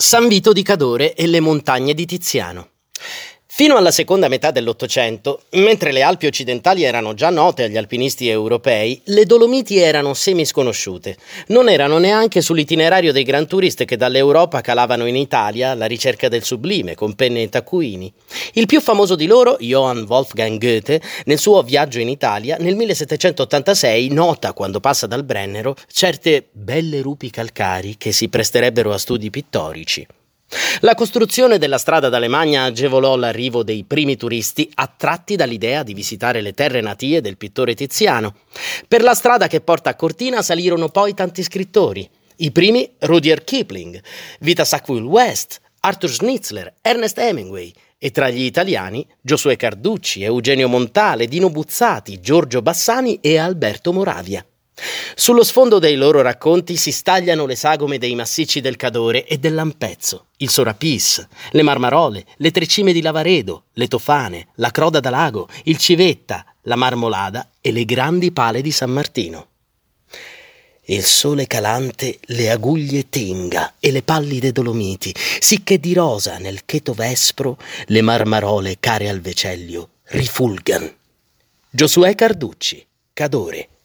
San Vito di Cadore e le montagne di Tiziano. Fino alla seconda metà dell'Ottocento, mentre le Alpi occidentali erano già note agli alpinisti europei, le Dolomiti erano semisconosciute. Non erano neanche sull'itinerario dei Grand Tourist che dall'Europa calavano in Italia alla ricerca del sublime, con penne e taccuini. Il più famoso di loro, Johann Wolfgang Goethe, nel suo viaggio in Italia, nel 1786, nota quando passa dal Brennero certe belle rupi calcari che si presterebbero a studi pittorici. La costruzione della strada d'Alemagna agevolò l'arrivo dei primi turisti attratti dall'idea di visitare le terre natie del pittore Tiziano. Per la strada che porta a Cortina salirono poi tanti scrittori. I primi Rudyard Kipling, Vita Sackville-West, Arthur Schnitzler, Ernest Hemingway e tra gli italiani Giosuè Carducci, Eugenio Montale, Dino Buzzati, Giorgio Bassani e Alberto Moravia. Sullo sfondo dei loro racconti si stagliano le sagome dei massicci del Cadore e del Lampezzo, il Sorapis, le Marmarole, le Trecime di Lavaredo, le Tofane, la Croda da Lago, il Civetta, la Marmolada e le grandi pale di San Martino. Il sole calante le aguglie tinga e le pallide Dolomiti, sicché di rosa nel cheto vespro le Marmarole care al Vecellio rifulgan. Giosuè Carducci, Cadore.